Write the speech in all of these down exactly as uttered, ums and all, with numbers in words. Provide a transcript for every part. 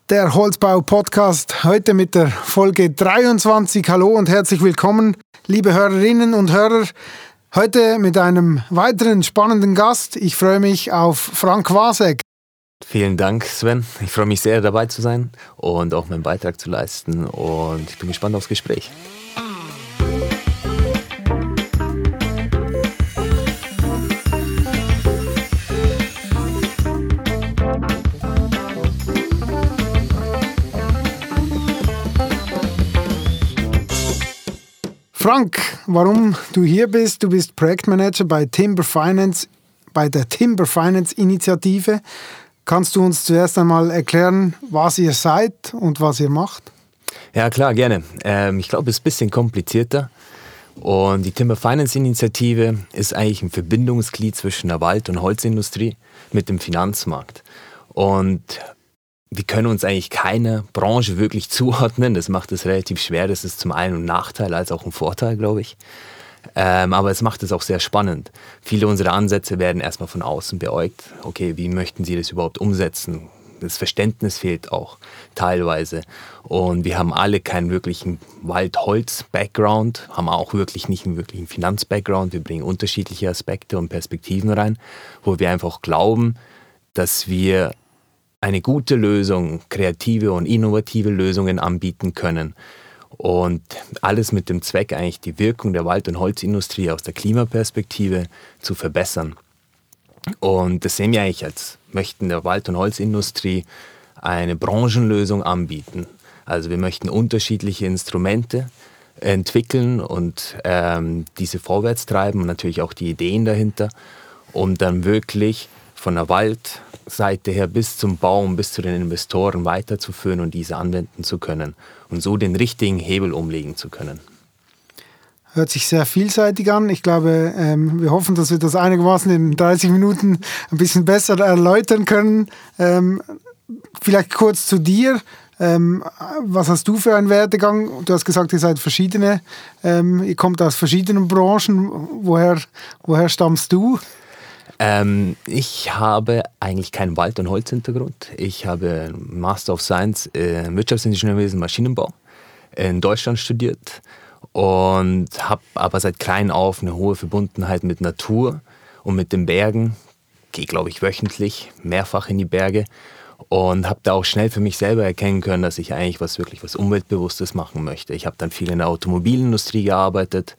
Der Holzbau-Podcast, heute mit der Folge dreiundzwanzig. Hallo und herzlich willkommen, liebe Hörerinnen und Hörer. Heute mit einem weiteren spannenden Gast. Ich freue mich auf Frank Wasek. Vielen Dank, Sven. Ich freue mich sehr, dabei zu sein und auch meinen Beitrag zu leisten. Und ich bin gespannt aufs Gespräch. Frank, warum du hier bist, du bist Projektmanager bei Timber Finance, bei der Timber Finance Initiative. Kannst du uns zuerst einmal erklären, was ihr seid und was ihr macht? Ja, klar, gerne. Ähm, ich glaube, es ist ein bisschen komplizierter. Und die Timber Finance Initiative ist eigentlich ein Verbindungsglied zwischen der Wald- und Holzindustrie mit dem Finanzmarkt. Und wir können uns eigentlich keine Branche wirklich zuordnen. Das macht es relativ schwer. Das ist zum einen ein Nachteil als auch ein Vorteil, glaube ich. Ähm, aber es macht es auch sehr spannend. Viele unserer Ansätze werden erstmal von außen beäugt. Okay, wie möchten Sie das überhaupt umsetzen? Das Verständnis fehlt auch teilweise. Und wir haben alle keinen wirklichen Wald-Holz-Background, haben auch wirklich nicht einen wirklichen Finanz-Background. Wir bringen unterschiedliche Aspekte und Perspektiven rein, wo wir einfach glauben, dass wir eine gute Lösung, kreative und innovative Lösungen anbieten können. Und alles mit dem Zweck, eigentlich die Wirkung der Wald- und Holzindustrie aus der Klimaperspektive zu verbessern. Und das sehen wir eigentlich als möchten der Wald- und Holzindustrie eine Branchenlösung anbieten. Also wir möchten unterschiedliche Instrumente entwickeln und ähm, diese vorwärts treiben und natürlich auch die Ideen dahinter, um dann wirklich von der Waldseite her bis zum Baum, bis zu den Investoren weiterzuführen und diese anwenden zu können und so den richtigen Hebel umlegen zu können. Hört sich sehr vielseitig an. Ich glaube, ähm, wir hoffen, dass wir das einigermaßen in dreißig Minuten ein bisschen besser erläutern können. Ähm, vielleicht kurz zu dir. Ähm, was hast du für einen Werdegang? Du hast gesagt, ihr seid verschiedene. Ähm, ihr kommt aus verschiedenen Branchen. Woher, woher stammst du? Ähm, ich habe eigentlich keinen Wald- und Holzhintergrund. Ich habe Master of Science in Wirtschaftsingenieurwesen Maschinenbau in Deutschland studiert und habe aber seit klein auf eine hohe Verbundenheit mit Natur und mit den Bergen. Gehe, glaube ich, wöchentlich mehrfach in die Berge und habe da auch schnell für mich selber erkennen können, dass ich eigentlich was wirklich was Umweltbewusstes machen möchte. Ich habe dann viel in der Automobilindustrie gearbeitet.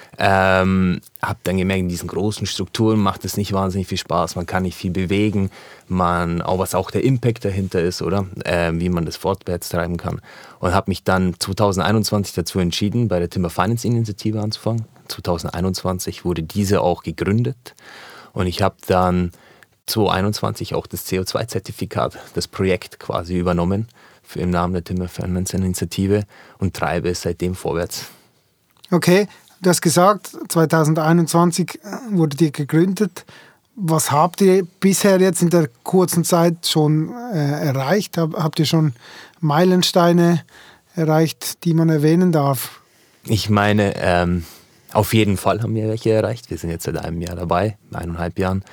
Ähm, habe dann gemerkt, in diesen großen Strukturen macht es nicht wahnsinnig viel Spaß, man kann nicht viel bewegen, man, auch was auch der Impact dahinter ist, oder äh, wie man das fortwärts treiben kann. Und habe mich dann zwanzig einundzwanzig dazu entschieden, bei der Timber Finance Initiative anzufangen. zwanzig einundzwanzig wurde diese auch gegründet und ich habe dann zwanzig einundzwanzig auch das C O zwei Zertifikat, das Projekt quasi übernommen für, im Namen der Timber Finance Initiative und treibe es seitdem vorwärts. Okay. Du hast gesagt, zwanzig einundzwanzig wurde ihr gegründet. Was habt ihr bisher jetzt in der kurzen Zeit schon äh, erreicht? Hab, habt ihr schon Meilensteine erreicht, die man erwähnen darf? Ich meine, ähm, auf jeden Fall haben wir welche erreicht. Wir sind jetzt seit einem Jahr dabei, eineinhalb Jahren.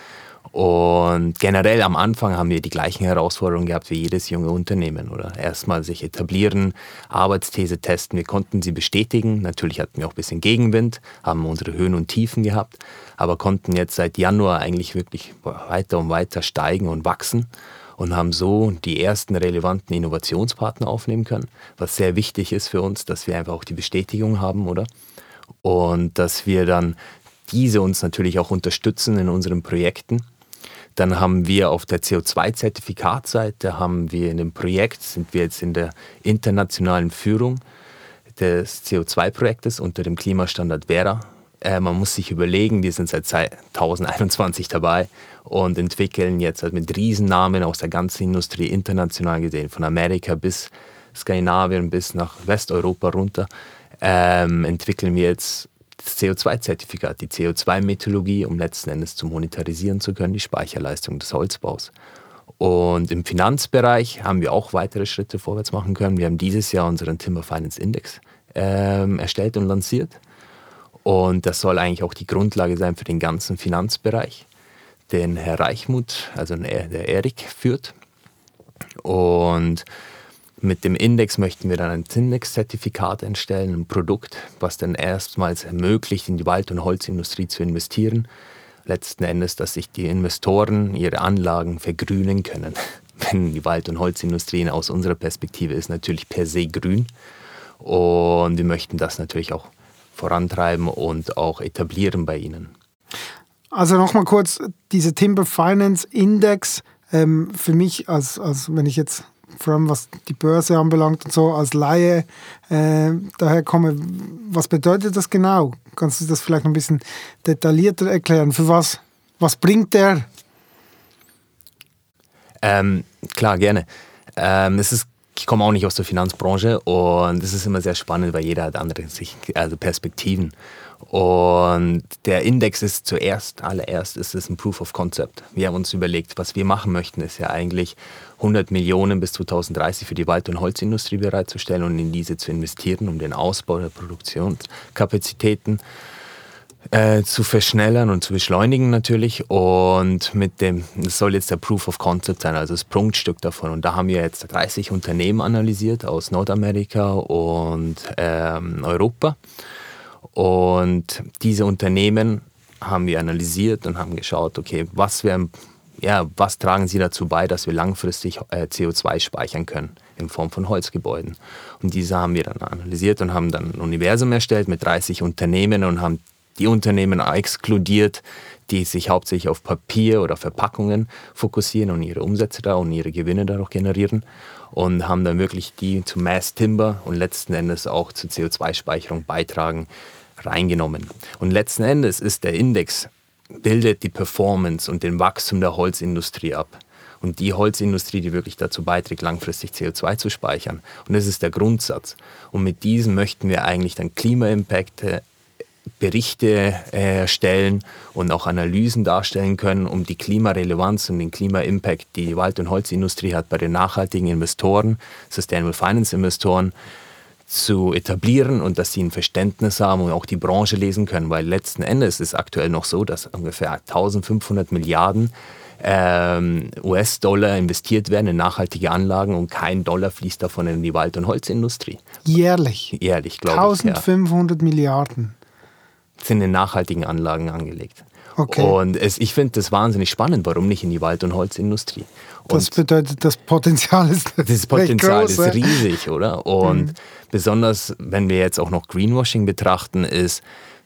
Und generell am Anfang haben wir die gleichen Herausforderungen gehabt wie jedes junge Unternehmen. Oder erstmal sich etablieren, Arbeitsthese testen. Wir konnten sie bestätigen. Natürlich hatten wir auch ein bisschen Gegenwind, haben unsere Höhen und Tiefen gehabt, aber konnten jetzt seit Januar eigentlich wirklich weiter und weiter steigen und wachsen und haben so die ersten relevanten Innovationspartner aufnehmen können, was sehr wichtig ist für uns, dass wir einfach auch die Bestätigung haben, oder? Und dass wir dann diese uns natürlich auch unterstützen in unseren Projekten. Dann haben wir auf der C O zwei Zertifikatsseite, haben wir in dem Projekt, sind wir jetzt in der internationalen Führung des C O zwei Projektes unter dem Klimastandard Verra. Äh, man muss sich überlegen, wir sind seit zwanzig einundzwanzig dabei und entwickeln jetzt halt mit Riesennamen aus der ganzen Industrie international gesehen, von Amerika bis Skandinavien bis nach Westeuropa runter, ähm, entwickeln wir jetzt das C O zwei Zertifikat, die C O zwei Methodologie, um letzten Endes zu monetarisieren zu können, die Speicherleistung des Holzbaus. Und im Finanzbereich haben wir auch weitere Schritte vorwärts machen können. Wir haben dieses Jahr unseren Timber Finance Index ähm, erstellt und lanciert. Und das soll eigentlich auch die Grundlage sein für den ganzen Finanzbereich, den Herr Reichmuth, also der Erik, führt. Und Mit dem Index möchten wir dann ein Zindex-Zertifikat erstellen, ein Produkt, was dann erstmals ermöglicht, in die Wald- und Holzindustrie zu investieren. Letzten Endes, dass sich die Investoren ihre Anlagen vergrünen können. Wenn die Wald- und Holzindustrie aus unserer Perspektive ist natürlich per se grün. Und wir möchten das natürlich auch vorantreiben und auch etablieren bei ihnen. Also nochmal kurz, dieser Timber Finance Index, ähm, für mich, als, als wenn ich jetzt vor allem was die Börse anbelangt und so, als Laie äh, daher komme, was bedeutet das genau? Kannst du das vielleicht noch ein bisschen detaillierter erklären? Für was, was bringt der? Ähm, klar, gerne. Ähm, es ist, ich komme auch nicht aus der Finanzbranche und es ist immer sehr spannend, weil jeder hat andere Sicht, also Perspektiven. Und der Index ist zuerst, allererst ist es ein Proof of Concept. Wir haben uns überlegt, was wir machen möchten, ist ja eigentlich hundert Millionen bis zwanzig dreißig für die Wald- und Holzindustrie bereitzustellen und in diese zu investieren, um den Ausbau der Produktionskapazitäten äh, zu verschnellern und zu beschleunigen natürlich. Und mit dem, das soll jetzt der Proof of Concept sein, also das Prunkstück davon. Und da haben wir jetzt dreißig Unternehmen analysiert aus Nordamerika und ähm, Europa. Und diese Unternehmen haben wir analysiert und haben geschaut, okay, was, wir, ja, was tragen sie dazu bei, dass wir langfristig äh, C O zwei speichern können in Form von Holzgebäuden. Und diese haben wir dann analysiert und haben dann ein Universum erstellt mit dreißig Unternehmen und haben die Unternehmen exkludiert, die sich hauptsächlich auf Papier oder Verpackungen fokussieren und ihre Umsätze da und ihre Gewinne dadurch generieren. Und haben dann wirklich die zu Mass Timber und letzten Endes auch zur C O zwei Speicherung beitragen, reingenommen. Und letzten Endes ist der Index, bildet die Performance und den Wachstum der Holzindustrie ab. Und die Holzindustrie, die wirklich dazu beiträgt, langfristig C O zwei zu speichern. Und das ist der Grundsatz. Und mit diesem möchten wir eigentlich dann Klima-Impakte, Berichte erstellen und auch Analysen darstellen können, um die Klimarelevanz und den Klima-Impact, die die Wald- und Holzindustrie hat, bei den nachhaltigen Investoren, Sustainable Finance Investoren, zu etablieren und dass sie ein Verständnis haben und auch die Branche lesen können, weil letzten Endes ist es aktuell noch so, dass ungefähr eintausendfünfhundert Milliarden ähm, U S-Dollar investiert werden in nachhaltige Anlagen und kein Dollar fließt davon in die Wald- und Holzindustrie. Jährlich? Jährlich, glaube ich. eintausendfünfhundert ja. Milliarden? Sind in nachhaltigen Anlagen angelegt. Okay. Und es, ich finde das wahnsinnig spannend, warum nicht in die Wald- und Holzindustrie. Und das bedeutet, das Potenzial ist Das Potenzial groß, ist riesig, oder? Und mhm. besonders, wenn wir jetzt auch noch Greenwashing betrachten, ist,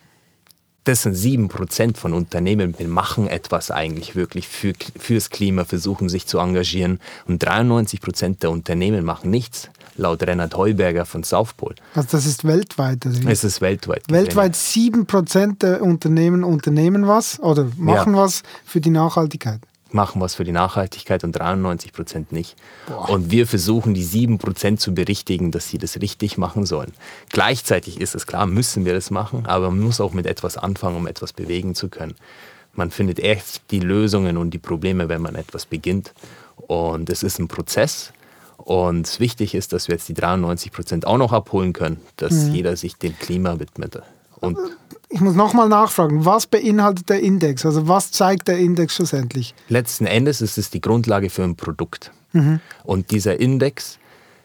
das sind sieben Prozent von Unternehmen, die machen etwas eigentlich wirklich für, fürs Klima, versuchen sich zu engagieren. Und dreiundneunzig Prozent der Unternehmen machen nichts, laut Reinhard Heuberger von South Pole. Also das ist weltweit? Also es ist weltweit. Weltweit sieben Prozent der Unternehmen unternehmen was oder machen ja. was für die Nachhaltigkeit? Machen was für die Nachhaltigkeit und dreiundneunzig Prozent nicht. Boah. Und wir versuchen, die sieben Prozent zu berichtigen, dass sie das richtig machen sollen. Gleichzeitig ist es klar, müssen wir das machen, aber man muss auch mit etwas anfangen, um etwas bewegen zu können. Man findet echt die Lösungen und die Probleme, wenn man etwas beginnt. Und es ist ein Prozess. Und wichtig ist, dass wir jetzt die dreiundneunzig Prozent auch noch abholen können, dass mhm. jeder sich dem Klima widmet. Und ich muss nochmal nachfragen, was beinhaltet der Index? Also was zeigt der Index schlussendlich? Letzten Endes ist es die Grundlage für ein Produkt. Mhm. Und dieser Index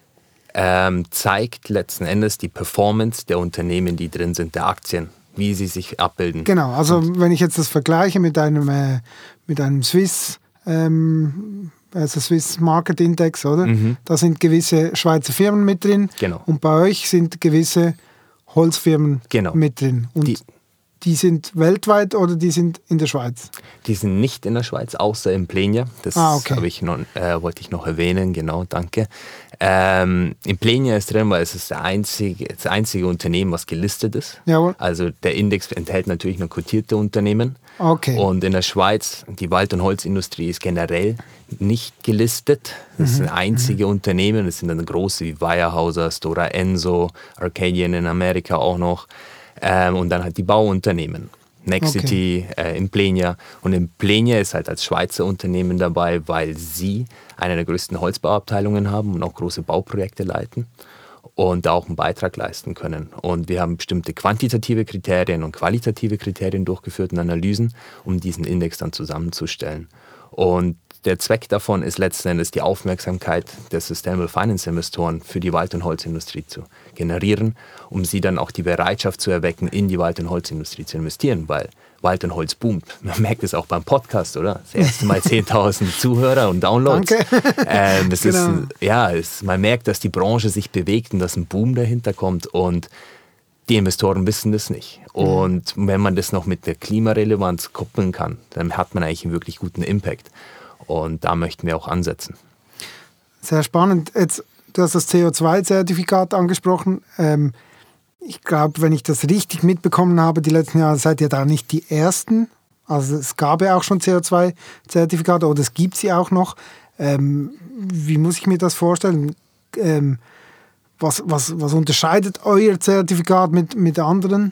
ähm, zeigt letzten Endes die Performance der Unternehmen, die drin sind, der Aktien, wie sie sich abbilden. Genau, also Und wenn ich jetzt das vergleiche mit einem, äh, mit einem Swiss, ähm, also Swiss Market Index, oder? Mhm. Da sind gewisse Schweizer Firmen mit drin. Genau. Und bei euch sind gewisse Holzfirmen genau. mit drin. Und die, die sind weltweit oder die sind in der Schweiz? Die sind nicht in der Schweiz, außer in Plenia. Das ah, okay. ich noch, äh, wollte ich noch erwähnen, genau, danke. Ähm, in Plenia ist drin, weil es ist der einzige, das einzige Unternehmen, was gelistet ist. Jawohl. Also der Index enthält natürlich nur kotierte Unternehmen. Okay. Und in der Schweiz, die Wald- und Holzindustrie ist generell nicht gelistet. Das mhm. sind einzige mhm. Unternehmen, das sind dann große wie Weyerhauser, Stora Enso, Arcadian in Amerika auch noch. Ähm, und dann halt die Bauunternehmen. Nexity, okay. äh, in Plenia. Und in Plenia ist halt als Schweizer Unternehmen dabei, weil sie eine der größten Holzbauabteilungen haben und auch große Bauprojekte leiten und da auch einen Beitrag leisten können. Und wir haben bestimmte quantitative Kriterien und qualitative Kriterien durchgeführt und Analysen, um diesen Index dann zusammenzustellen. Und der Zweck davon ist letzten Endes die Aufmerksamkeit der Sustainable Finance Investoren für die Wald- und Holzindustrie zu generieren, um sie dann auch die Bereitschaft zu erwecken, in die Wald- und Holzindustrie zu investieren, weil Wald und Holz boomt. Man merkt es auch beim Podcast, oder? Das erste Mal zehntausend Zuhörer und Downloads. Danke. Ähm, es Genau. ist, ja, es, man merkt, dass die Branche sich bewegt und dass ein Boom dahinter kommt und die Investoren wissen das nicht. Und wenn man das noch mit der Klimarelevanz koppeln kann, dann hat man eigentlich einen wirklich guten Impact. Und da möchten wir auch ansetzen. Sehr spannend. Jetzt, du hast das C O zwei Zertifikat angesprochen. Ähm, ich glaube, wenn ich das richtig mitbekommen habe, die letzten Jahre seid ihr da nicht die Ersten. Also es gab ja auch schon C O zwei Zertifikate oder es gibt sie auch noch. Ähm, wie muss ich mir das vorstellen? Ähm, was, was, was unterscheidet euer Zertifikat mit, mit anderen?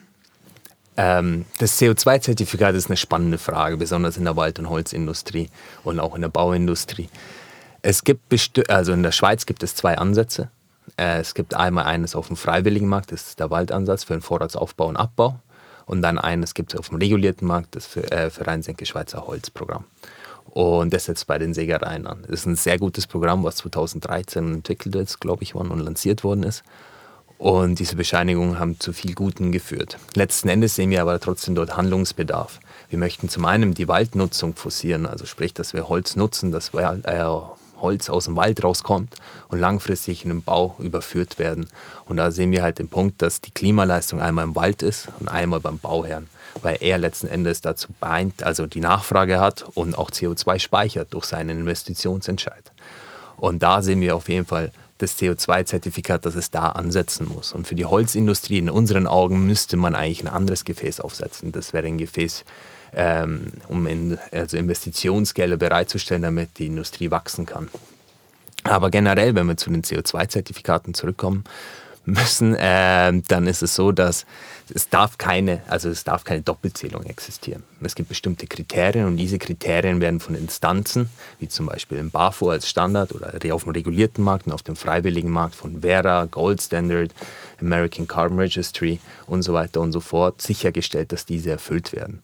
Ähm, das C O zwei Zertifikat ist eine spannende Frage, besonders in der Wald- und Holzindustrie und auch in der Bauindustrie. Es gibt besti- also in der Schweiz gibt es zwei Ansätze. Äh, es gibt einmal eines auf dem freiwilligen Markt, das ist der Waldansatz für den Vorratsaufbau und Abbau. Und dann eines gibt es auf dem regulierten Markt, das für, äh, für Rheinsenke Schweizer Holzprogramm. Und das setzt bei den Sägereien an. Das ist ein sehr gutes Programm, was zweitausenddreizehn entwickelt ist, glaube ich, worden und lanciert worden ist. Und diese Bescheinigungen haben zu viel Guten geführt. Letzten Endes sehen wir aber trotzdem dort Handlungsbedarf. Wir möchten zum einen die Waldnutzung forcieren, also sprich, dass wir Holz nutzen, dass wir, äh, Holz aus dem Wald rauskommt und langfristig in den Bau überführt werden. Und da sehen wir halt den Punkt, dass die Klimaleistung einmal im Wald ist und einmal beim Bauherrn, weil er letzten Endes dazu beint, also die Nachfrage hat und auch C O zwei speichert durch seinen Investitionsentscheid. Und da sehen wir auf jeden Fall das C O zwei Zertifikat, dass es da ansetzen muss. Und für die Holzindustrie in unseren Augen müsste man eigentlich ein anderes Gefäß aufsetzen. Das wäre ein Gefäß, ähm, um in, also Investitionsgelder bereitzustellen, damit die Industrie wachsen kann. Aber generell, wenn wir zu den C O zwei Zertifikaten zurückkommen müssen, äh, dann ist es so, dass es darf keine, also es darf keine Doppelzählung existieren. Es gibt bestimmte Kriterien und diese Kriterien werden von Instanzen, wie zum Beispiel im BAFO als Standard oder auf dem regulierten Markt und auf dem freiwilligen Markt von Verra, Gold Standard, American Carbon Registry und so weiter und so fort, sichergestellt, dass diese erfüllt werden.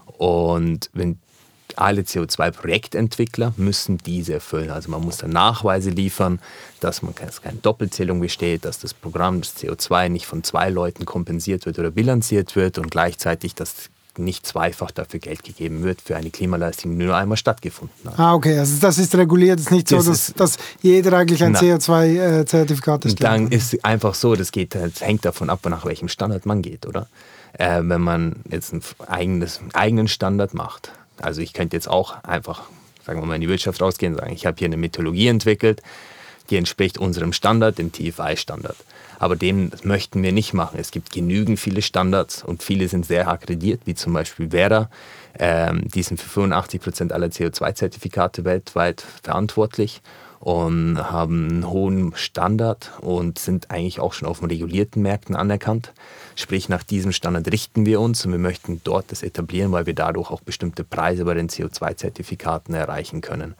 Und wenn alle C O zwei Projektentwickler müssen diese erfüllen. Also man muss dann Nachweise liefern, dass man keine Doppelzählung besteht, dass das Programm, das C O zwei nicht von zwei Leuten kompensiert wird oder bilanziert wird und gleichzeitig, dass nicht zweifach dafür Geld gegeben wird für eine Klimaleistung, die nur einmal stattgefunden hat. Ah, okay, also das ist reguliert. Es ist nicht das so, dass, ist, dass jeder eigentlich ein na, C O zwei Zertifikat erstellt. Dann ist einfach so, das, geht, das hängt davon ab, nach welchem Standard man geht, oder? Äh, wenn man jetzt einen eigenes, eigenen Standard macht. Also ich könnte jetzt auch einfach, sagen wir mal, in die Wirtschaft rausgehen und sagen, ich habe hier eine Methodologie entwickelt, die entspricht unserem Standard, dem T F I-Standard. Aber den möchten wir nicht machen. Es gibt genügend viele Standards und viele sind sehr akkreditiert, wie zum Beispiel Verra. Ähm, die sind für fünfundachtzig Prozent aller C O zwei Zertifikate weltweit verantwortlich und haben einen hohen Standard und sind eigentlich auch schon auf den regulierten Märkten anerkannt. Sprich, nach diesem Standard richten wir uns und wir möchten dort das etablieren, weil wir dadurch auch bestimmte Preise bei den C O zwei Zertifikaten erreichen können.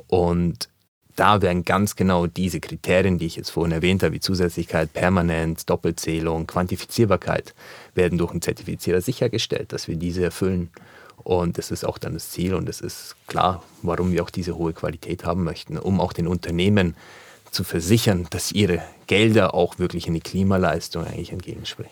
Und da werden ganz genau diese Kriterien, die ich jetzt vorhin erwähnt habe, wie Zusätzlichkeit, Permanenz, Doppelzählung, Quantifizierbarkeit, werden durch einen Zertifizierer sichergestellt, dass wir diese erfüllen. Und das ist auch dann das Ziel und es ist klar, warum wir auch diese hohe Qualität haben möchten, um auch den Unternehmen zu versichern, dass ihre Gelder auch wirklich in die Klimaleistung eigentlich entgegensprechen.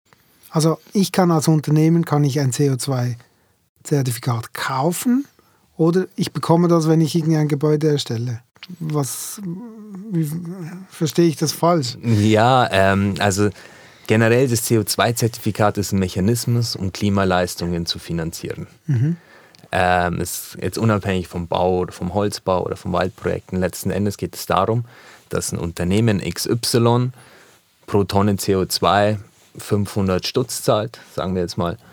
Also ich kann als Unternehmen kann ich ein C O zwei Zertifikat kaufen oder ich bekomme das, wenn ich irgendein Gebäude erstelle. Was, wie, verstehe ich das falsch? Ja, ähm, also generell das C O zwei Zertifikat ist ein Mechanismus, um Klimaleistungen zu finanzieren. Mhm. Ähm, ist jetzt unabhängig vom Bau oder vom Holzbau oder vom Waldprojekten. Letzten Endes geht es darum, dass ein Unternehmen X Y pro Tonne C O zwei fünfhundert Stutz zahlt, sagen wir jetzt mal,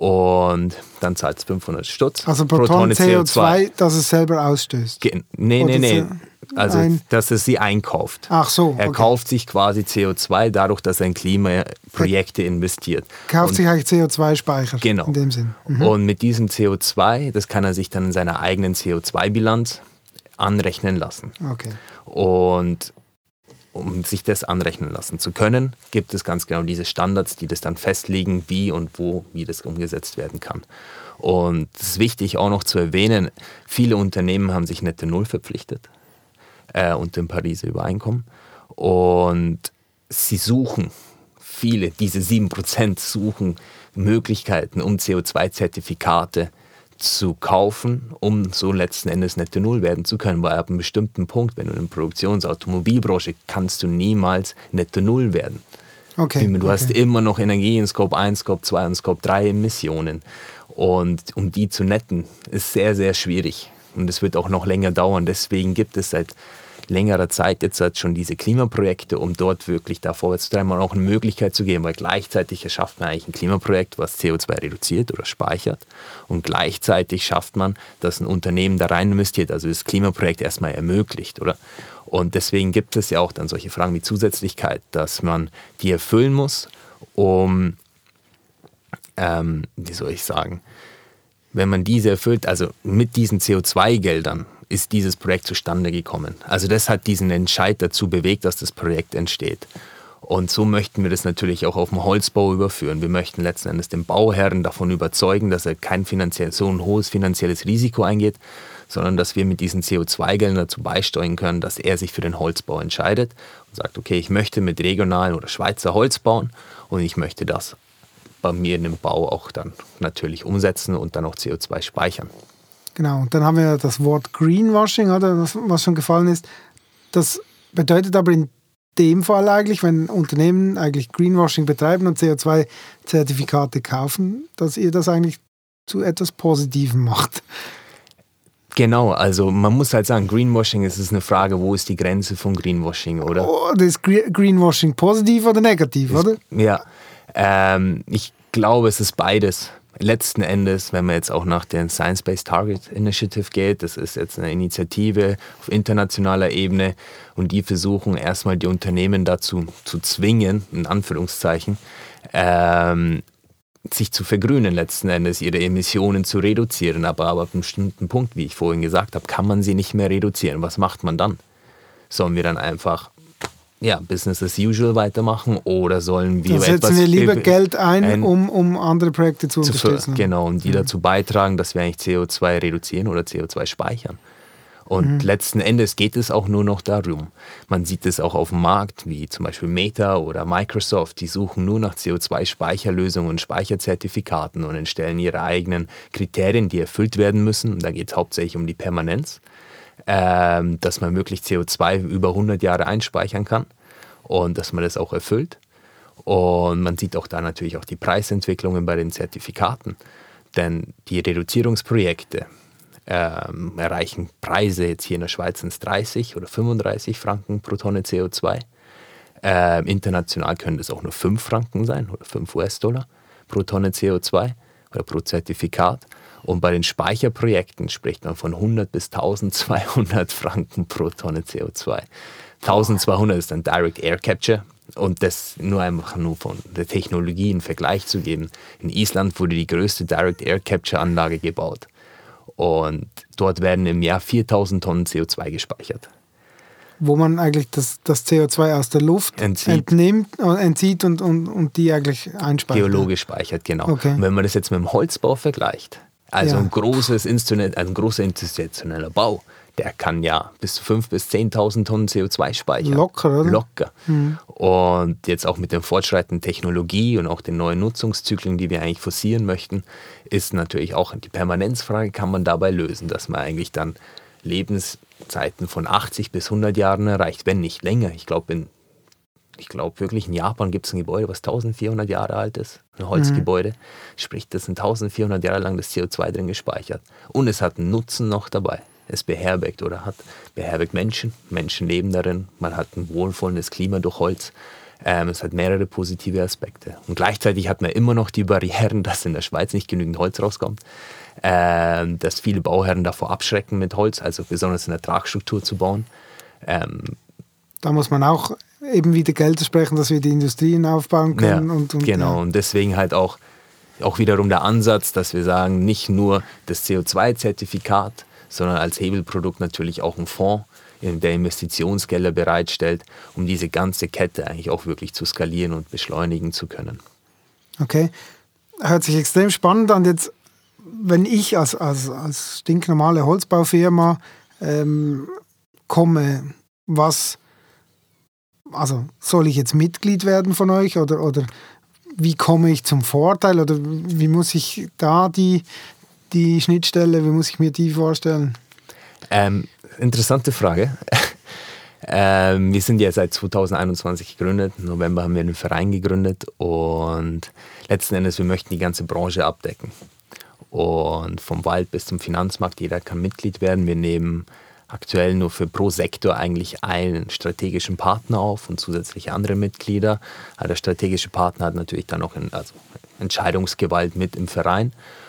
und dann zahlt es fünfhundert Stutz. Also pro, pro Tonne C O zwei, dass es selber ausstößt? Ge- nee, nee, nee. Also, ein dass es sie einkauft. Ach so. Okay. Er kauft sich quasi C O zwei dadurch, dass er in Klimaprojekte investiert. Kauft und, sich eigentlich C O zwei Speicher. Genau. In dem Sinn. Mhm. Und mit diesem C O zwei, das kann er sich dann in seiner eigenen C O zwei Bilanz anrechnen lassen. Okay. Und um sich das anrechnen lassen zu können, gibt es ganz genau diese Standards, die das dann festlegen, wie und wo, wie das umgesetzt werden kann. Und es ist wichtig auch noch zu erwähnen, viele Unternehmen haben sich Netto Null verpflichtet äh, unter dem Pariser Übereinkommen. Und sie suchen, viele, diese sieben Prozent suchen Möglichkeiten, um C O zwei Zertifikate zu kaufen, um so letzten Endes Netto Null werden zu können. Weil ab einem bestimmten Punkt, wenn du in der Produktionsautomobilbranche, kannst du niemals Netto Null werden. Okay, du okay. hast immer noch Energie in Scope eins, Scope zwei und Scope drei Emissionen. Und um die zu netten, ist sehr, sehr schwierig. Und es wird auch noch länger dauern. Deswegen gibt es seit längerer Zeit jetzt halt schon diese Klimaprojekte, um dort wirklich da vorwärts zu treiben und auch eine Möglichkeit zu geben, weil gleichzeitig erschafft man eigentlich ein Klimaprojekt, was C O zwei reduziert oder speichert und gleichzeitig schafft man, dass ein Unternehmen da rein investiert, also das Klimaprojekt erstmal ermöglicht, oder? Und deswegen gibt es ja auch dann solche Fragen wie Zusätzlichkeit, dass man die erfüllen muss, um, ähm, wie soll ich sagen, wenn man diese erfüllt, also mit diesen C O zwei Geldern, ist dieses Projekt zustande gekommen. Also das hat diesen Entscheid dazu bewegt, dass das Projekt entsteht. Und so möchten wir das natürlich auch auf den Holzbau überführen. Wir möchten letzten Endes den Bauherren davon überzeugen, dass er kein finanziell, so ein hohes finanzielles Risiko eingeht, sondern dass wir mit diesen C O zwei Geldern dazu beisteuern können, dass er sich für den Holzbau entscheidet und sagt, okay, ich möchte mit regionalen oder Schweizer Holz bauen und ich möchte das bei mir in dem Bau auch dann natürlich umsetzen und dann auch C O zwei speichern. Genau, und dann haben wir das Wort Greenwashing, oder, das, was schon gefallen ist. Das bedeutet aber in dem Fall eigentlich, wenn Unternehmen eigentlich Greenwashing betreiben und C O zwei Zertifikate kaufen, dass ihr das eigentlich zu etwas Positivem macht. Genau, also man muss halt sagen, Greenwashing ist eine Frage, wo ist die Grenze von Greenwashing, oder? Oh, das ist Greenwashing positiv oder negativ, ist, oder? Ja, ähm, ich glaube, es ist beides. Letzten Endes, wenn man jetzt auch nach der Science-Based Target Initiative geht, das ist jetzt eine Initiative auf internationaler Ebene und die versuchen erstmal die Unternehmen dazu zu zwingen, in Anführungszeichen, ähm, sich zu vergrünen letzten Endes, ihre Emissionen zu reduzieren. Aber, aber ab einem bestimmten Punkt, wie ich vorhin gesagt habe, kann man sie nicht mehr reduzieren. Was macht man dann? Sollen wir dann einfach ja, Business as usual weitermachen oder sollen wir da etwas... setzen wir lieber Geld ein, ein um, um andere Projekte zu, zu unterstützen. Genau, und die mhm. dazu beitragen, dass wir eigentlich C O zwei reduzieren oder C O zwei speichern. Und mhm. letzten Endes geht es auch nur noch darum. Man sieht es auch auf dem Markt, wie zum Beispiel Meta oder Microsoft, die suchen nur nach C O zwei Speicherlösungen und Speicherzertifikaten und entstellen ihre eigenen Kriterien, die erfüllt werden müssen. Und da geht es hauptsächlich um die Permanenz, ähm, dass man wirklich C O zwei über hundert Jahre einspeichern kann und dass man das auch erfüllt. Und man sieht auch da natürlich auch die Preisentwicklungen bei den Zertifikaten, denn die Reduzierungsprojekte ähm, erreichen Preise jetzt hier in der Schweiz ins dreißig oder fünfunddreißig Franken pro Tonne C O zwei. Ähm, international können das auch nur fünf Franken sein oder fünf US-Dollar pro Tonne C O zwei oder pro Zertifikat. Und bei den Speicherprojekten spricht man von hundert bis eintausendzweihundert Franken pro Tonne C O zwei. eintausendzweihundert ist dann Direct Air Capture. Und das nur einfach nur von der Technologie in Vergleich zu geben. In Island wurde die größte Direct Air Capture Anlage gebaut. Und dort werden im Jahr viertausend Tonnen C O zwei gespeichert. Wo man eigentlich das, das C O zwei aus der Luft entzieht, entnimmt, entzieht und, und, und die eigentlich einspeichert. Geologisch speichert, genau. Okay. Und wenn man das jetzt mit dem Holzbau vergleicht, also ja. ein, großes Instrument, ein großer institutioneller Bau, der kann ja bis zu fünftausend bis zehntausend Tonnen C O zwei speichern. Locker, oder? Locker. Mhm. Und jetzt auch mit der fortschreitenden Technologie und auch den neuen Nutzungszyklen, die wir eigentlich forcieren möchten, ist natürlich auch die Permanenzfrage, kann man dabei lösen, dass man eigentlich dann Lebenszeiten von achtzig bis hundert Jahren erreicht, wenn nicht länger. Ich glaube, in Ich glaube wirklich, in Japan gibt es ein Gebäude, was eintausendvierhundert Jahre alt ist, ein Holzgebäude. Mhm. Sprich, das sind eintausendvierhundert Jahre lang das C O zwei drin gespeichert. Und es hat einen Nutzen noch dabei. Es beherbergt oder hat beherbergt Menschen. Menschen leben darin. Man hat ein wohlvollendes Klima durch Holz. Ähm, es hat mehrere positive Aspekte. Und gleichzeitig hat man immer noch die Barrieren, dass in der Schweiz nicht genügend Holz rauskommt. Ähm, dass viele Bauherren davor abschrecken, mit Holz, also besonders in der Tragstruktur zu bauen. Ähm, da muss man auch eben wieder Geld sprechen, dass wir die Industrien aufbauen können. Ja, und, und, genau, ja. und deswegen halt auch, auch wiederum der Ansatz, dass wir sagen, nicht nur das C O zwei Zertifikat, sondern als Hebelprodukt natürlich auch ein Fonds, der Investitionsgelder bereitstellt, um diese ganze Kette eigentlich auch wirklich zu skalieren und beschleunigen zu können. Okay, hört sich extrem spannend an. Jetzt, wenn ich als, als, als stinknormale Holzbaufirma ähm, komme, was, also soll ich jetzt Mitglied werden von euch oder, oder wie komme ich zum Vorteil oder wie muss ich da die, die Schnittstelle, wie muss ich mir die vorstellen? Ähm, interessante Frage. ähm, wir sind ja seit zweitausendeinundzwanzig gegründet. Im November haben wir einen Verein gegründet und letzten Endes, wir möchten die ganze Branche abdecken. Und vom Wald bis zum Finanzmarkt, jeder kann Mitglied werden. Wir nehmen aktuell nur für pro Sektor eigentlich einen strategischen Partner auf und zusätzliche andere Mitglieder. Aber der strategische Partner hat natürlich dann auch in, also Entscheidungsgewalt mit im Verein.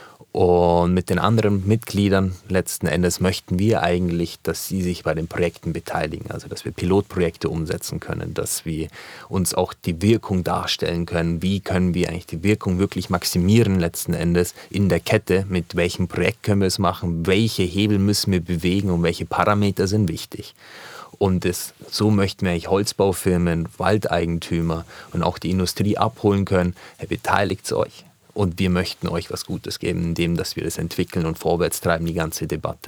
Und mit den anderen Mitgliedern letzten Endes möchten wir eigentlich, dass sie sich bei den Projekten beteiligen. Also dass wir Pilotprojekte umsetzen können, dass wir uns auch die Wirkung darstellen können. Wie können wir eigentlich die Wirkung wirklich maximieren letzten Endes in der Kette? Mit welchem Projekt können wir es machen? Welche Hebel müssen wir bewegen und welche Parameter sind wichtig? Und das, so möchten wir eigentlich Holzbaufirmen, Waldeigentümer und auch die Industrie abholen können. Hey, beteiligt euch. Und wir möchten euch was Gutes geben, indem dass wir das entwickeln und vorwärts treiben, die ganze Debatte.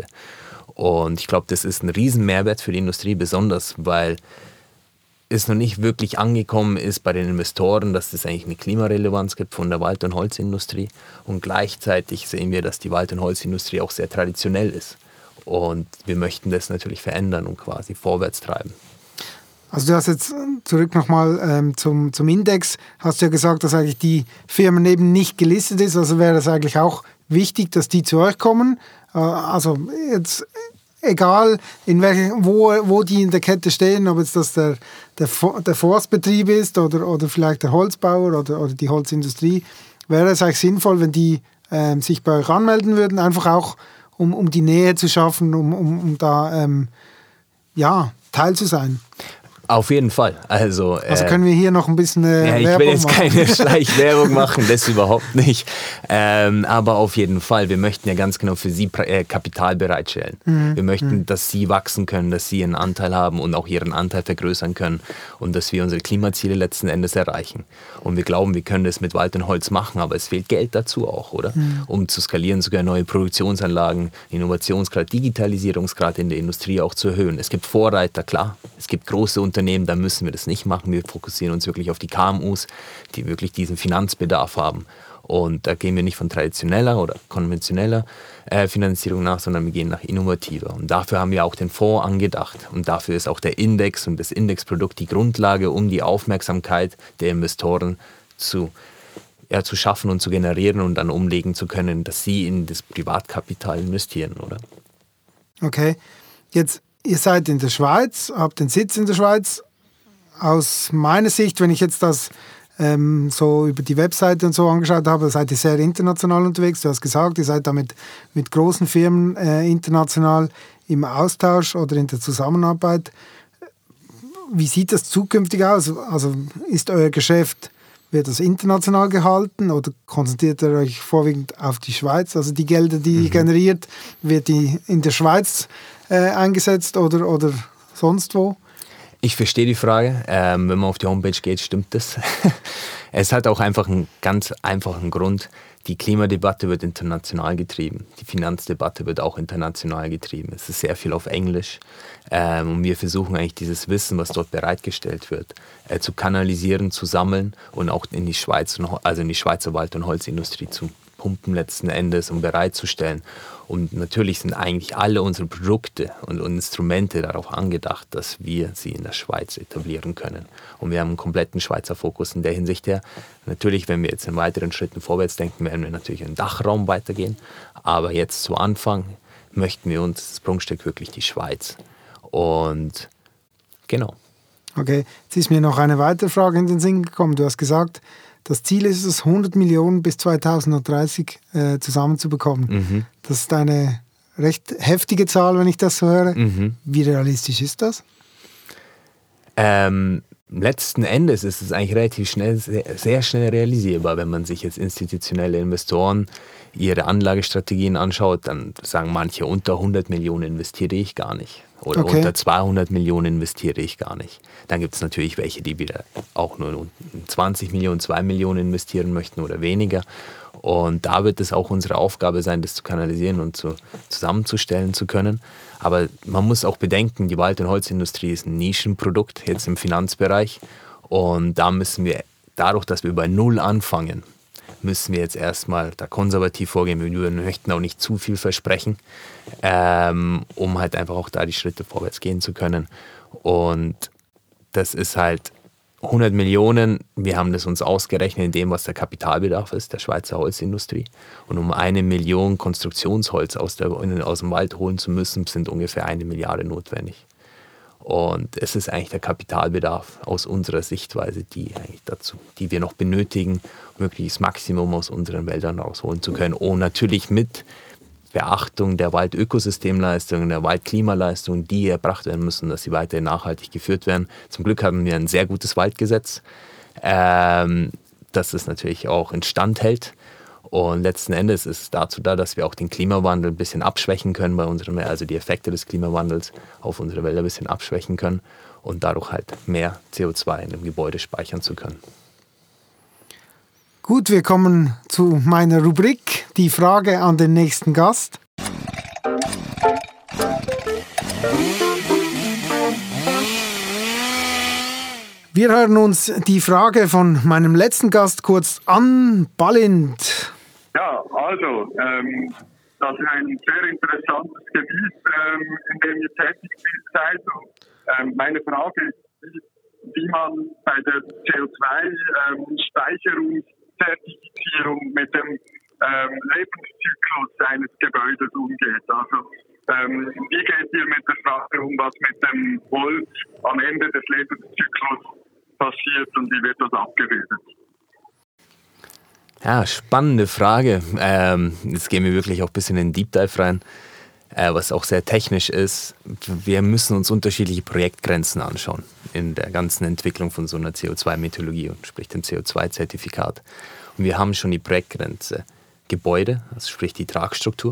Und ich glaube, das ist ein riesen Mehrwert für die Industrie, besonders weil es noch nicht wirklich angekommen ist bei den Investoren, dass es eigentlich eine Klimarelevanz gibt von der Wald- und Holzindustrie. Und gleichzeitig sehen wir, dass die Wald- und Holzindustrie auch sehr traditionell ist. Und wir möchten das natürlich verändern und quasi vorwärts treiben. Also du hast jetzt zurück nochmal ähm, zum, zum Index, hast du ja gesagt, dass eigentlich die Firmen eben nicht gelistet ist, also wäre es eigentlich auch wichtig, dass die zu euch kommen. Äh, also jetzt egal, in welche, wo, wo die in der Kette stehen, ob jetzt das der, der, der Forstbetrieb ist oder, oder vielleicht der Holzbauer oder, oder die Holzindustrie, wäre es eigentlich sinnvoll, wenn die ähm, sich bei euch anmelden würden, einfach auch um, um die Nähe zu schaffen, um, um, um da ähm, ja, Teil zu sein. Auf jeden Fall. Also, also können wir hier noch ein bisschen äh, ja, ich Werbung will jetzt machen. keine Schleichwerbung machen, das überhaupt nicht. Ähm, aber auf jeden Fall, wir möchten ja ganz genau für Sie äh, Kapital bereitstellen. Mhm. Wir möchten, mhm. dass Sie wachsen können, dass Sie einen Anteil haben und auch Ihren Anteil vergrößern können und dass wir unsere Klimaziele letzten Endes erreichen. Und wir glauben, wir können das mit Wald und Holz machen, aber es fehlt Geld dazu auch, oder? Mhm. Um zu skalieren, sogar neue Produktionsanlagen, Innovationsgrad, Digitalisierungsgrad in der Industrie auch zu erhöhen. Es gibt Vorreiter, klar. Es gibt große Unternehmen, da müssen wir das nicht machen. Wir fokussieren uns wirklich auf die K M Us, die wirklich diesen Finanzbedarf haben. Und da gehen wir nicht von traditioneller oder konventioneller äh, Finanzierung nach, sondern wir gehen nach innovativer. Und dafür haben wir auch den Fonds angedacht. Und dafür ist auch der Index und das Indexprodukt die Grundlage, um die Aufmerksamkeit der Investoren zu, ja, zu schaffen und zu generieren und dann umlegen zu können, dass sie in das Privatkapital investieren, oder? Okay, jetzt ihr seid in der Schweiz, habt den Sitz in der Schweiz. Aus meiner Sicht, wenn ich jetzt das ähm, so über die Webseite und so angeschaut habe, seid ihr sehr international unterwegs. Du hast gesagt, ihr seid da mit, mit großen Firmen äh, international im Austausch oder in der Zusammenarbeit. Wie sieht das zukünftig aus? Also ist euer Geschäft, wird das international gehalten oder konzentriert ihr euch vorwiegend auf die Schweiz? Also die Gelder, die mhm. ihr generiert, wird die in der Schweiz Äh, eingesetzt oder, oder sonst wo? Ich verstehe die Frage. Ähm, wenn man auf die Homepage geht, stimmt das. Es hat auch einfach einen ganz einfachen Grund. Die Klimadebatte wird international getrieben. Die Finanzdebatte wird auch international getrieben. Es ist sehr viel auf Englisch. Ähm, und wir versuchen eigentlich dieses Wissen, was dort bereitgestellt wird, äh, zu kanalisieren, zu sammeln und auch in die Schweiz, also in die Schweizer Wald- und Holzindustrie zu pumpen letzten Endes, um bereitzustellen. Und natürlich sind eigentlich alle unsere Produkte und Instrumente darauf angedacht, dass wir sie in der Schweiz etablieren können. Und wir haben einen kompletten Schweizer Fokus in der Hinsicht her. Natürlich, wenn wir jetzt in weiteren Schritten vorwärts denken, werden wir natürlich in den Dachraum weitergehen. Aber jetzt zu Anfang möchten wir uns das Prunkstück wirklich die Schweiz. Und genau. Okay, jetzt ist mir noch eine weitere Frage in den Sinn gekommen. Du hast gesagt, das Ziel ist es, hundert Millionen bis zweitausenddreißig äh, zusammenzubekommen. Mhm. Das ist eine recht heftige Zahl, wenn ich das so höre. Mhm. Wie realistisch ist das? Ähm, letzten Endes ist es eigentlich relativ schnell, sehr, sehr schnell realisierbar. Wenn man sich jetzt institutionelle Investoren ihre Anlagestrategien anschaut, dann sagen manche, unter hundert Millionen investiere ich gar nicht. Oder Okay. unter zweihundert Millionen investiere ich gar nicht. Dann gibt es natürlich welche, die wieder auch nur zwanzig Millionen, zwei Millionen investieren möchten oder weniger. Und da wird es auch unsere Aufgabe sein, das zu kanalisieren und zu, zusammenzustellen zu können. Aber man muss auch bedenken, die Wald- und Holzindustrie ist ein Nischenprodukt, jetzt im Finanzbereich. Und da müssen wir, dadurch, dass wir bei Null anfangen, müssen wir jetzt erstmal da konservativ vorgehen. Wir möchten auch nicht zu viel versprechen, ähm, um halt einfach auch da die Schritte vorwärts gehen zu können. Und das ist halt hundert Millionen, wir haben das uns ausgerechnet in dem, was der Kapitalbedarf ist, der Schweizer Holzindustrie. Und um eine Million Konstruktionsholz aus, der, aus dem Wald holen zu müssen, sind ungefähr eine Milliarde notwendig. Und es ist eigentlich der Kapitalbedarf aus unserer Sichtweise, die eigentlich dazu, die wir noch benötigen, um wirklich das Maximum aus unseren Wäldern rausholen zu können. Und natürlich mit Beachtung der Waldökosystemleistungen, der Waldklimaleistungen, die erbracht werden müssen, dass sie weiterhin nachhaltig geführt werden. Zum Glück haben wir ein sehr gutes Waldgesetz, ähm, das es natürlich auch instand hält. Und letzten Endes ist es dazu da, dass wir auch den Klimawandel ein bisschen abschwächen können bei unseren, also die Effekte des Klimawandels auf unsere Wälder ein bisschen abschwächen können und dadurch halt mehr C O zwei in dem Gebäude speichern zu können. Gut, wir kommen zu meiner Rubrik, die Frage an den nächsten Gast. Wir hören uns die Frage von meinem letzten Gast kurz an. Balint. Ja, also, ähm, das ist ein sehr interessantes Gebiet, ähm, in dem ihr tätig seid. Und, ähm, meine Frage ist, wie, wie man bei der C O zwei Speicherungszertifizierung ähm, mit dem ähm, Lebenszyklus eines Gebäudes umgeht. Also, ähm, wie geht ihr mit der Frage um, was mit dem Holz am Ende des Lebenszyklus passiert und wie wird das abgebildet? Ja, spannende Frage. Ähm, jetzt gehen wir wirklich auch ein bisschen in den Deep Dive rein, äh, was auch sehr technisch ist. Wir müssen uns unterschiedliche Projektgrenzen anschauen in der ganzen Entwicklung von so einer C O zwei Methodologie und sprich dem C O zwei Zertifikat. Und wir haben schon die Projektgrenze Gebäude, also sprich die Tragstruktur.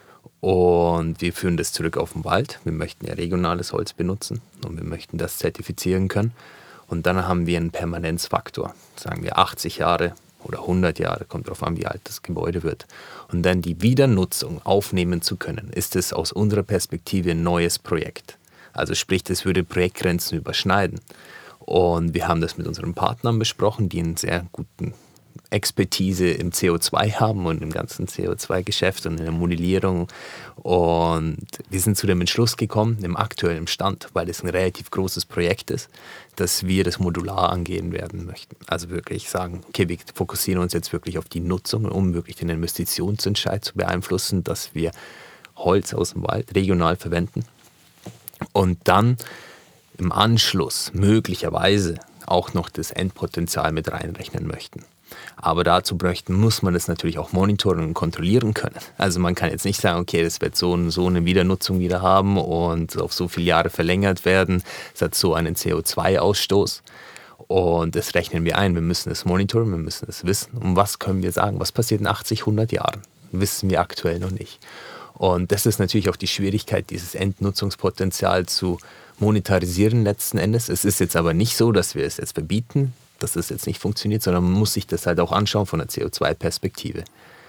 Und wir führen das zurück auf den Wald. Wir möchten ja regionales Holz benutzen und wir möchten das zertifizieren können. Und dann haben wir einen Permanenzfaktor, sagen wir achtzig Jahre oder hundert Jahre, kommt darauf an, wie alt das Gebäude wird. Und dann die Wiedernutzung aufnehmen zu können, ist es aus unserer Perspektive ein neues Projekt. Also sprich, das würde Projektgrenzen überschneiden. Und wir haben das mit unseren Partnern besprochen, die einen sehr guten Expertise im C O zwei haben und im ganzen C O zwei Geschäft und in der Modellierung. Und wir sind zu dem Entschluss gekommen, im aktuellen Stand, weil es ein relativ großes Projekt ist, dass wir das modular angehen werden möchten. Also wirklich sagen, okay, wir fokussieren uns jetzt wirklich auf die Nutzung, um wirklich den Investitionsentscheid zu beeinflussen, dass wir Holz aus dem Wald regional verwenden und dann im Anschluss möglicherweise auch noch das Endpotenzial mit reinrechnen möchten. Aber dazu bräuchten, muss man das natürlich auch monitoren und kontrollieren können. Also man kann jetzt nicht sagen, okay, das wird so, so eine Wiedernutzung wieder haben und auf so viele Jahre verlängert werden. Es hat so einen C O zwei Ausstoß und das rechnen wir ein. Wir müssen es monitoren, wir müssen es wissen. Und was können wir sagen? Was passiert in achtzig, hundert Jahren? Wissen wir aktuell noch nicht. Und das ist natürlich auch die Schwierigkeit, dieses Endnutzungspotenzial zu monetarisieren letzten Endes. Es ist jetzt aber nicht so, dass wir es jetzt verbieten, dass das jetzt nicht funktioniert, sondern man muss sich das halt auch anschauen von der C O zwei Perspektive.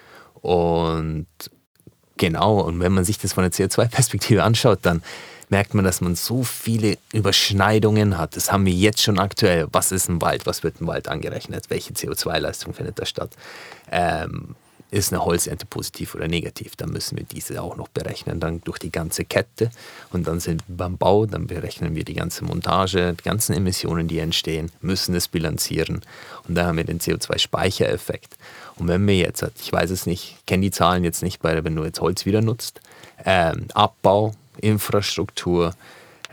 Und genau, und wenn man sich das von der C O zwei Perspektive anschaut, dann merkt man, dass man so viele Überschneidungen hat. Das haben wir jetzt schon aktuell. Was ist ein Wald? Was wird im Wald angerechnet? Welche C O zwei Leistung findet da statt? Ähm, ist eine Holzernte positiv oder negativ? Dann müssen wir diese auch noch berechnen, dann durch die ganze Kette. Und dann sind wir beim Bau, dann berechnen wir die ganze Montage, die ganzen Emissionen, die entstehen, müssen es bilanzieren. Und dann haben wir den C O zwei Speichereffekt. Und wenn wir jetzt, ich weiß es nicht, kenne die Zahlen jetzt nicht, bei, wenn du jetzt Holz wieder nutzt, ähm, Abbau, Infrastruktur,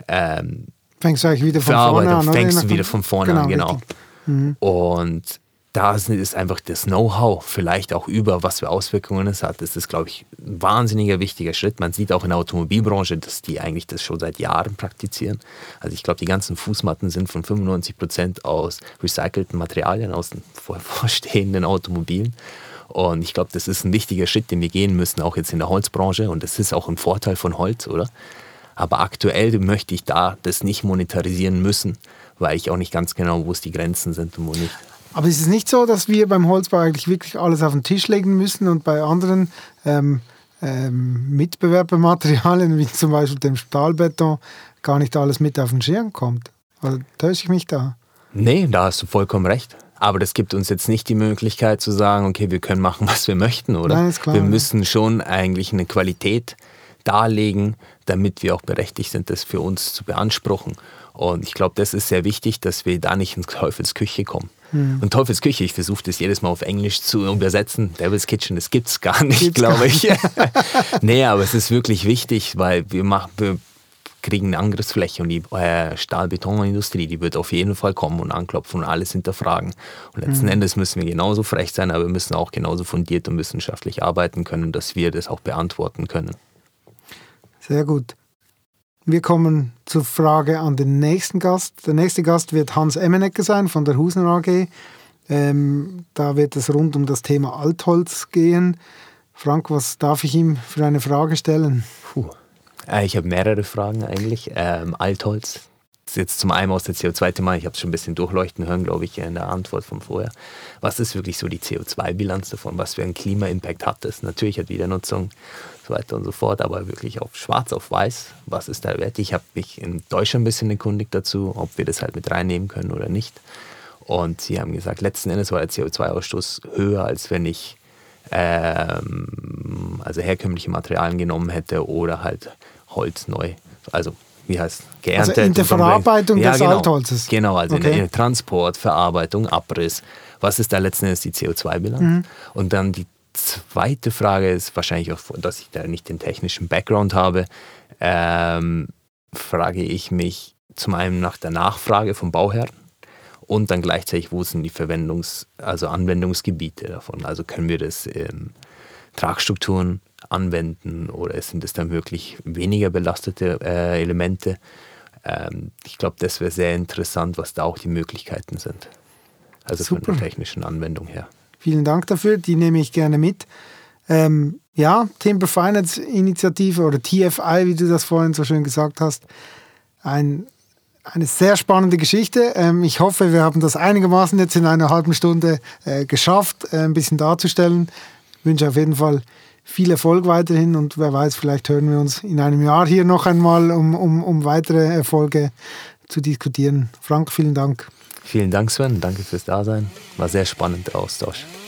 ähm, fängst du eigentlich wieder von vorne an. Fängst du wieder von vorne genau, an, genau. Mhm. Und da ist einfach das Know-how vielleicht auch über, was für Auswirkungen es hat. Das ist, glaube ich, ein wahnsinniger wichtiger Schritt. Man sieht auch in der Automobilbranche, dass die eigentlich das schon seit Jahren praktizieren. Also ich glaube, die ganzen Fußmatten sind von fünfundneunzig Prozent aus recycelten Materialien, aus den vorstehenden Automobilen. Und ich glaube, das ist ein wichtiger Schritt, den wir gehen müssen, auch jetzt in der Holzbranche. Und das ist auch ein Vorteil von Holz, oder? Aber aktuell möchte ich da das nicht monetarisieren müssen, weil ich auch nicht ganz genau, wo es die Grenzen sind und wo nicht. Aber ist es nicht so, dass wir beim Holzbau eigentlich wirklich alles auf den Tisch legen müssen und bei anderen ähm, ähm, Mitbewerbermaterialien, wie zum Beispiel dem Stahlbeton, gar nicht alles mit auf den Schirm kommt? Also täusche ich mich da? Nee, da hast du vollkommen recht. Aber das gibt uns jetzt nicht die Möglichkeit zu sagen, okay, wir können machen, was wir möchten, oder? Nein, ist klar, wir ja. müssen schon eigentlich eine Qualität darlegen, damit wir auch berechtigt sind, das für uns zu beanspruchen. Und ich glaube, das ist sehr wichtig, dass wir da nicht in Teufels Küche kommen. Hm. Und Teufels Küche, ich versuche das jedes Mal auf Englisch zu übersetzen. Devil's Kitchen, das gibt es gar nicht, glaube ich. Nee, aber es ist wirklich wichtig, weil wir, machen, wir kriegen eine Angriffsfläche und die äh, Stahl-Beton-Industrie, die wird auf jeden Fall kommen und anklopfen und alles hinterfragen. Und letzten hm. Endes müssen wir genauso frech sein, aber wir müssen auch genauso fundiert und wissenschaftlich arbeiten können, dass wir das auch beantworten können. Sehr gut. Wir kommen zur Frage an den nächsten Gast. Der nächste Gast wird Hans Emmenegger sein von der Husner A G. Ähm, da wird es rund um das Thema Altholz gehen. Frank, was darf ich ihm für eine Frage stellen? Puh. Äh, ich habe mehrere Fragen eigentlich. Ähm, Altholz. Das ist jetzt zum einen aus der C O zwei Thema. Ich habe es schon ein bisschen durchleuchten hören, glaube ich, in der Antwort von vorher. Was ist wirklich so die C O zwei Bilanz davon? Was für einen Klima-Impact hat das? Natürlich hat Wiedernutzung, so weiter und so fort, aber wirklich auf schwarz auf weiß, was ist der Wert? Ich habe mich in Deutschland ein bisschen erkundigt dazu, ob wir das halt mit reinnehmen können oder nicht. Und sie haben gesagt, letzten Endes war der C O zwei Ausstoß höher, als wenn ich ähm, also herkömmliche Materialien genommen hätte oder halt Holz neu, also wie heißt geerntet. Also in der Verarbeitung ja, des genau, Altholzes? Genau, also okay. in der Transport, Verarbeitung, Abriss. Was ist da letzten Endes die C O zwei Bilanz? Mhm. Und dann die zweite Frage ist wahrscheinlich auch, dass ich da nicht den technischen Background habe, ähm, frage ich mich zum einen nach der Nachfrage vom Bauherrn und dann gleichzeitig, wo sind die Verwendungs-, also Anwendungsgebiete davon? Also können wir das in Tragstrukturen anwenden oder sind es dann wirklich weniger belastete äh, Elemente? Ähm, ich glaube, das wäre sehr interessant, was da auch die Möglichkeiten sind. Also Super. Von der technischen Anwendung her. Vielen Dank dafür, die nehme ich gerne mit. Ähm, ja, Timber Finance Initiative oder T F I, wie du das vorhin so schön gesagt hast, ein, eine sehr spannende Geschichte. Ähm, ich hoffe, wir haben das einigermaßen jetzt in einer halben Stunde äh, geschafft, äh, ein bisschen darzustellen. Ich wünsche auf jeden Fall viel Erfolg weiterhin und wer weiß, vielleicht hören wir uns in einem Jahr hier noch einmal, um, um, um weitere Erfolge zu diskutieren. Frank, vielen Dank. Vielen Dank, Sven. Danke fürs Dasein. War sehr spannend, der Austausch.